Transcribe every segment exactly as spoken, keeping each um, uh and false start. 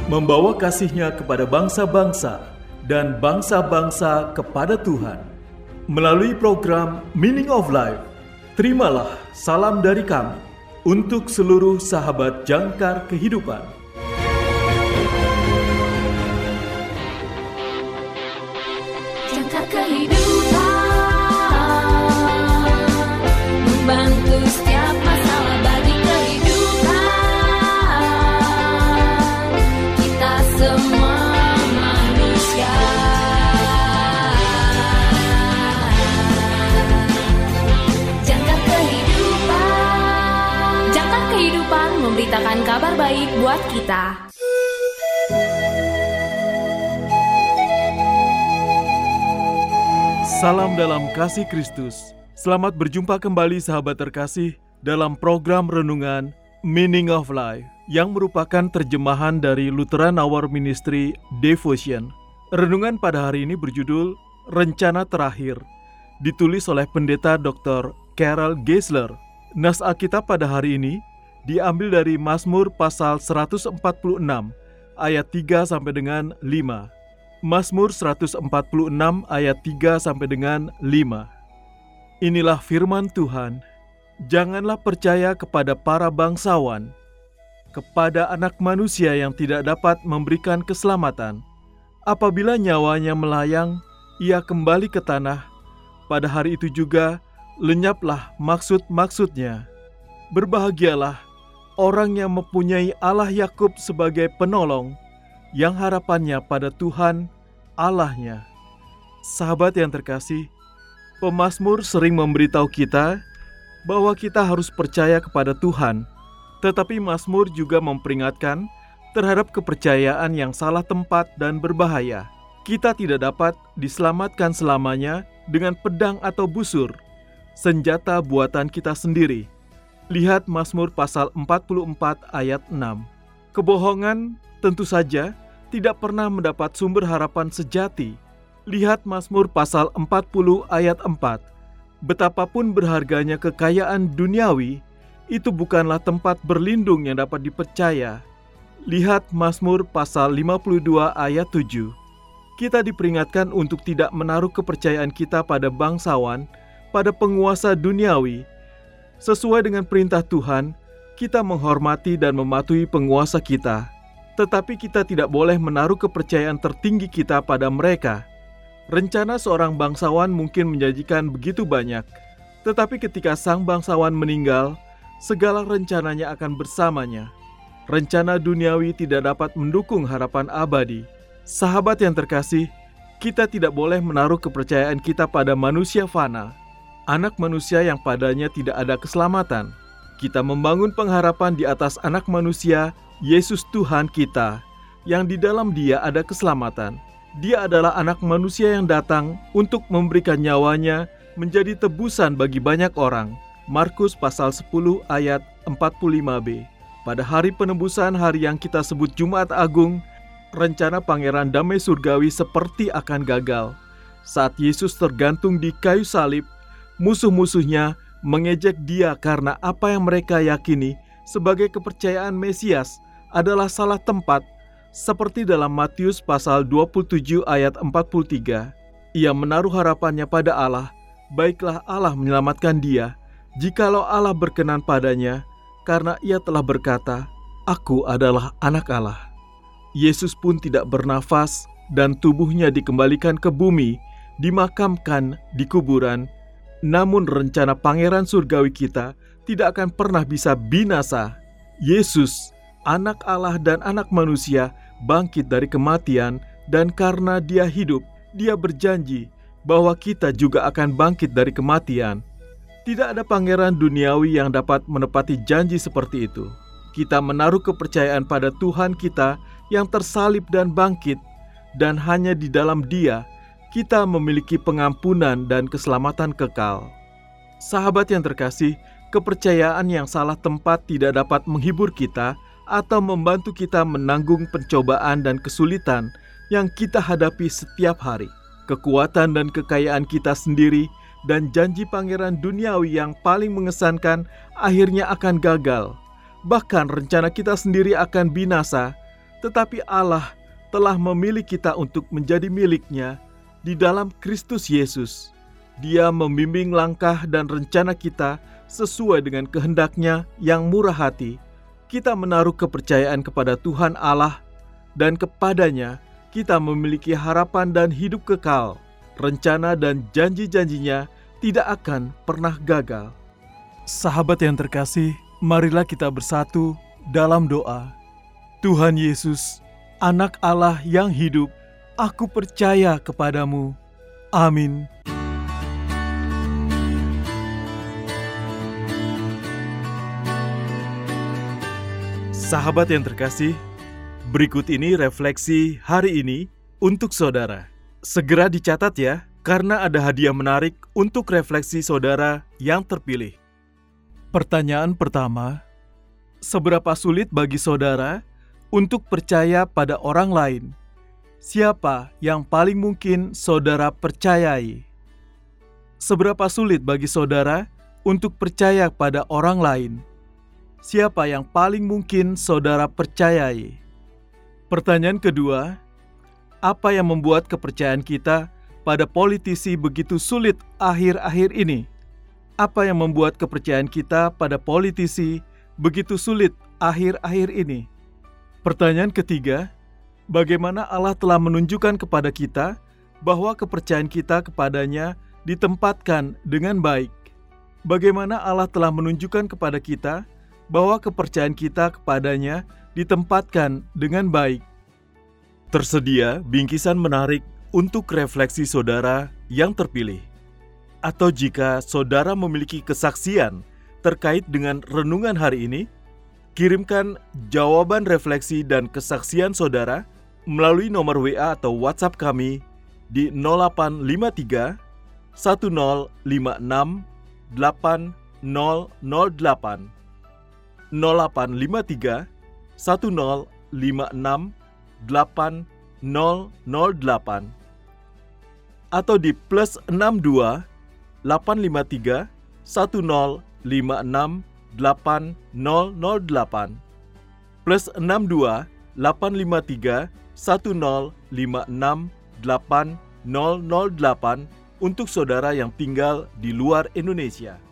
membawa kasih-Nya kepada bangsa-bangsa dan bangsa-bangsa kepada Tuhan. Melalui program Meaning of Life, terimalah salam dari kami untuk seluruh sahabat jangkar kehidupan. Jangkar kehidupan, membantu setiap masalah bagi kehidupan kita semua manusia. Jangkar kehidupan, jangkar kehidupan memberitakan kabar baik buat kita. Salam dalam kasih Kristus. Selamat berjumpa kembali sahabat terkasih dalam program renungan Meaning of Life yang merupakan terjemahan dari Lutheran Hour Ministry Devotion. Renungan pada hari ini berjudul Rencana Terakhir, ditulis oleh Pendeta doktor Carol Geisler. Nas Alkitab pada hari ini diambil dari Mazmur pasal seratus empat puluh enam ayat tiga sampai dengan lima. Mazmur seratus empat puluh enam ayat tiga sampai dengan lima. Inilah firman Tuhan. Janganlah percaya kepada para bangsawan, kepada anak manusia yang tidak dapat memberikan keselamatan. Apabila nyawanya melayang, ia kembali ke tanah. Pada hari itu juga lenyaplah maksud-maksudnya. Berbahagialah orang yang mempunyai Allah Yakub sebagai penolong, yang harapannya pada Tuhan Allahnya. Sahabat yang terkasih, pemazmur sering memberitahu kita bahwa kita harus percaya kepada Tuhan, tetapi mazmur juga memperingatkan terhadap kepercayaan yang salah tempat dan berbahaya. Kita tidak dapat diselamatkan selamanya dengan pedang atau busur, senjata buatan kita sendiri. Lihat Mazmur pasal empat puluh empat ayat enam. Kebohongan tentu saja tidak pernah mendapat sumber harapan sejati. Lihat Mazmur pasal empat puluh ayat empat. Betapapun berharganya kekayaan duniawi, itu bukanlah tempat berlindung yang dapat dipercaya. Lihat Mazmur pasal lima puluh dua ayat tujuh. Kita diperingatkan untuk tidak menaruh kepercayaan kita pada bangsawan, pada penguasa duniawi. Sesuai dengan perintah Tuhan, kita menghormati dan mematuhi penguasa kita. Tetapi kita tidak boleh menaruh kepercayaan tertinggi kita pada mereka. Rencana seorang bangsawan mungkin menjanjikan begitu banyak, tetapi ketika sang bangsawan meninggal, segala rencananya akan bersamanya. Rencana duniawi tidak dapat mendukung harapan abadi. Sahabat yang terkasih, kita tidak boleh menaruh kepercayaan kita pada manusia fana, anak manusia yang padanya tidak ada keselamatan. Kita membangun pengharapan di atas anak manusia, Yesus Tuhan kita, yang di dalam Dia ada keselamatan. Dia adalah anak manusia yang datang untuk memberikan nyawanya menjadi tebusan bagi banyak orang. Markus pasal sepuluh ayat empat puluh lima b. Pada hari penebusan, hari yang kita sebut Jumat Agung, rencana Pangeran Damai Surgawi seperti akan gagal. Saat Yesus tergantung di kayu salib, musuh-musuhnya mengejek Dia karena apa yang mereka yakini sebagai kepercayaan Mesias adalah salah tempat, seperti dalam Matius pasal dua puluh tujuh ayat empat puluh tiga. Ia menaruh harapannya pada Allah, baiklah Allah menyelamatkan dia, jikalau Allah berkenan padanya, karena ia telah berkata, Aku adalah anak Allah. Yesus pun tidak bernafas dan tubuhnya dikembalikan ke bumi, dimakamkan di kuburan. Namun rencana Pangeran Surgawi kita tidak akan pernah bisa binasa. Yesus, anak Allah dan anak manusia, bangkit dari kematian, dan karena Dia hidup, Dia berjanji bahwa kita juga akan bangkit dari kematian. Tidak ada pangeran duniawi yang dapat menepati janji seperti itu. Kita menaruh kepercayaan pada Tuhan kita yang tersalib dan bangkit, dan hanya di dalam Dia kita memiliki pengampunan dan keselamatan kekal. Sahabat yang terkasih, kepercayaan yang salah tempat tidak dapat menghibur kita atau membantu kita menanggung pencobaan dan kesulitan yang kita hadapi setiap hari. Kekuatan dan kekayaan kita sendiri dan janji pangeran duniawi yang paling mengesankan akhirnya akan gagal. Bahkan rencana kita sendiri akan binasa, tetapi Allah telah memilih kita untuk menjadi milik-Nya di dalam Kristus Yesus. Dia membimbing langkah dan rencana kita sesuai dengan kehendak-Nya yang murah hati. Kita menaruh kepercayaan kepada Tuhan Allah, dan kepadanya kita memiliki harapan dan hidup kekal. Rencana dan janji-janjinya tidak akan pernah gagal. Sahabat yang terkasih, marilah kita bersatu dalam doa. Tuhan Yesus, Anak Allah yang hidup, aku percaya kepadamu. Amin. Sahabat yang terkasih, berikut ini refleksi hari ini untuk saudara. Segera dicatat ya, karena ada hadiah menarik untuk refleksi saudara yang terpilih. Pertanyaan pertama, seberapa sulit bagi saudara untuk percaya pada orang lain? Siapa yang paling mungkin saudara percayai? Seberapa sulit bagi saudara untuk percaya pada orang lain? Siapa yang paling mungkin saudara percayai? Pertanyaan kedua, apa yang membuat kepercayaan kita pada politisi begitu sulit akhir-akhir ini? Apa yang membuat kepercayaan kita pada politisi begitu sulit akhir-akhir ini? Pertanyaan ketiga, bagaimana Allah telah menunjukkan kepada kita bahwa kepercayaan kita kepadanya ditempatkan dengan baik? Bagaimana Allah telah menunjukkan kepada kita bahwa kepercayaan kita kepadanya ditempatkan dengan baik? Tersedia bingkisan menarik untuk refleksi saudara yang terpilih. Atau jika saudara memiliki kesaksian terkait dengan renungan hari ini, kirimkan jawaban refleksi dan kesaksian saudara melalui nomor W A atau WhatsApp kami di nol delapan lima tiga satu nol lima enam delapan nol nol delapan. nol delapan lima tiga satu nol lima enam delapan nol nol delapan atau di plus enam dua delapan lima tiga satu nol lima enam delapan nol nol delapan plus enam dua delapan lima tiga satu nol lima enam delapan nol nol delapan untuk saudara yang tinggal di luar Indonesia.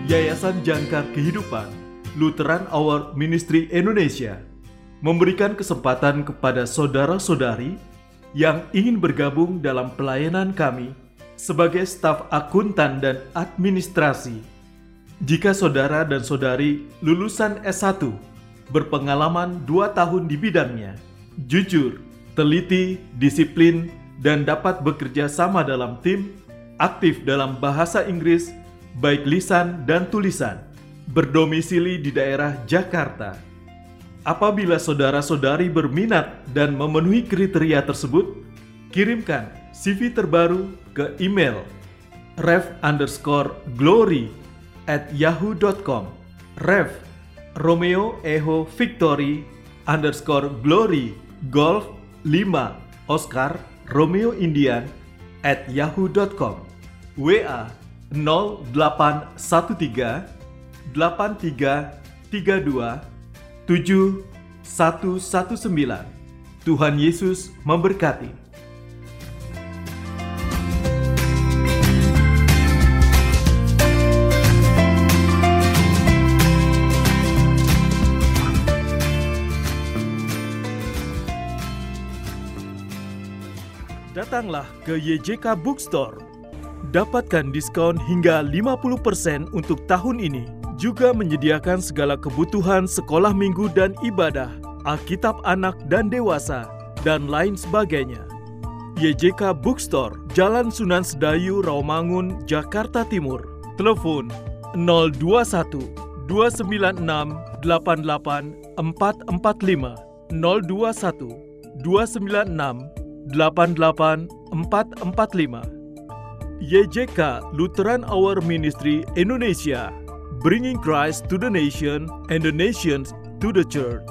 Yayasan Jangkar Kehidupan Lutheran Hour Ministry Indonesia memberikan kesempatan kepada saudara-saudari yang ingin bergabung dalam pelayanan kami sebagai staf akuntan dan administrasi. Jika saudara dan saudari lulusan S satu, berpengalaman dua tahun di bidangnya, jujur, teliti, disiplin, dan dapat bekerja sama dalam tim, aktif dalam bahasa Inggris, baik lisan dan tulisan, berdomisili di daerah Jakarta. Apabila saudara-saudari berminat dan memenuhi kriteria tersebut, kirimkan C V terbaru ke email rev underscore glory at yahoo dot com, rev Romeo Echo Victory underscore glory golf lima Oscar Romeo Indian at yahoo dot com, W A nol delapan satu tiga delapan tiga tiga dua tujuh satu satu sembilan. Tuhan Yesus memberkati. Datanglah ke Y J K Bookstore. Dapatkan diskon hingga lima puluh persen untuk tahun ini. Juga menyediakan segala kebutuhan sekolah minggu dan ibadah, Alkitab anak dan dewasa, dan lain sebagainya. Y J K Bookstore, Jalan Sunan Sedayu, Rawamangun, Jakarta Timur. Telepon nol dua satu dua sembilan enam delapan delapan empat empat lima nol dua satu dua sembilan enam delapan delapan empat empat lima. Y J K Lutheran Hour Ministry Indonesia, bringing Christ to the nation and the nations to the church.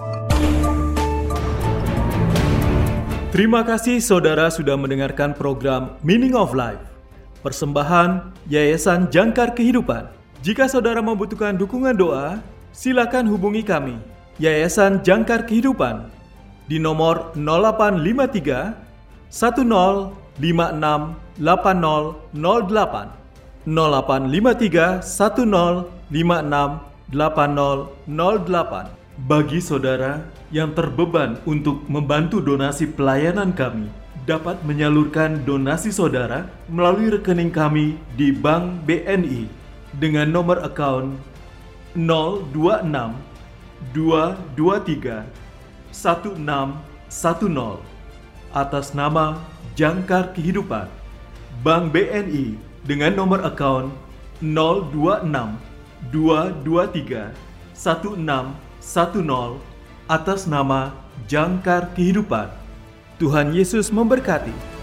Terima kasih saudara sudah mendengarkan program Meaning of Life, persembahan Yayasan Jangkar Kehidupan. Jika saudara membutuhkan dukungan doa, silakan hubungi kami, Yayasan Jangkar Kehidupan, di nomor nol delapan lima tiga satu nol lima enam delapan nol nol delapan nol delapan lima tiga satu nol lima enam delapan nol nol delapan. Bagi saudara yang terbeban untuk membantu donasi pelayanan kami, dapat menyalurkan donasi saudara melalui rekening kami di Bank B N I dengan nomor account nol dua enam dua dua tiga satu enam satu nol atas nama Jangkar Kehidupan. Bank B N I dengan nomor account nol dua enam dua dua tiga satu enam satu nol atas nama Jangkar Kehidupan. Tuhan Yesus memberkati.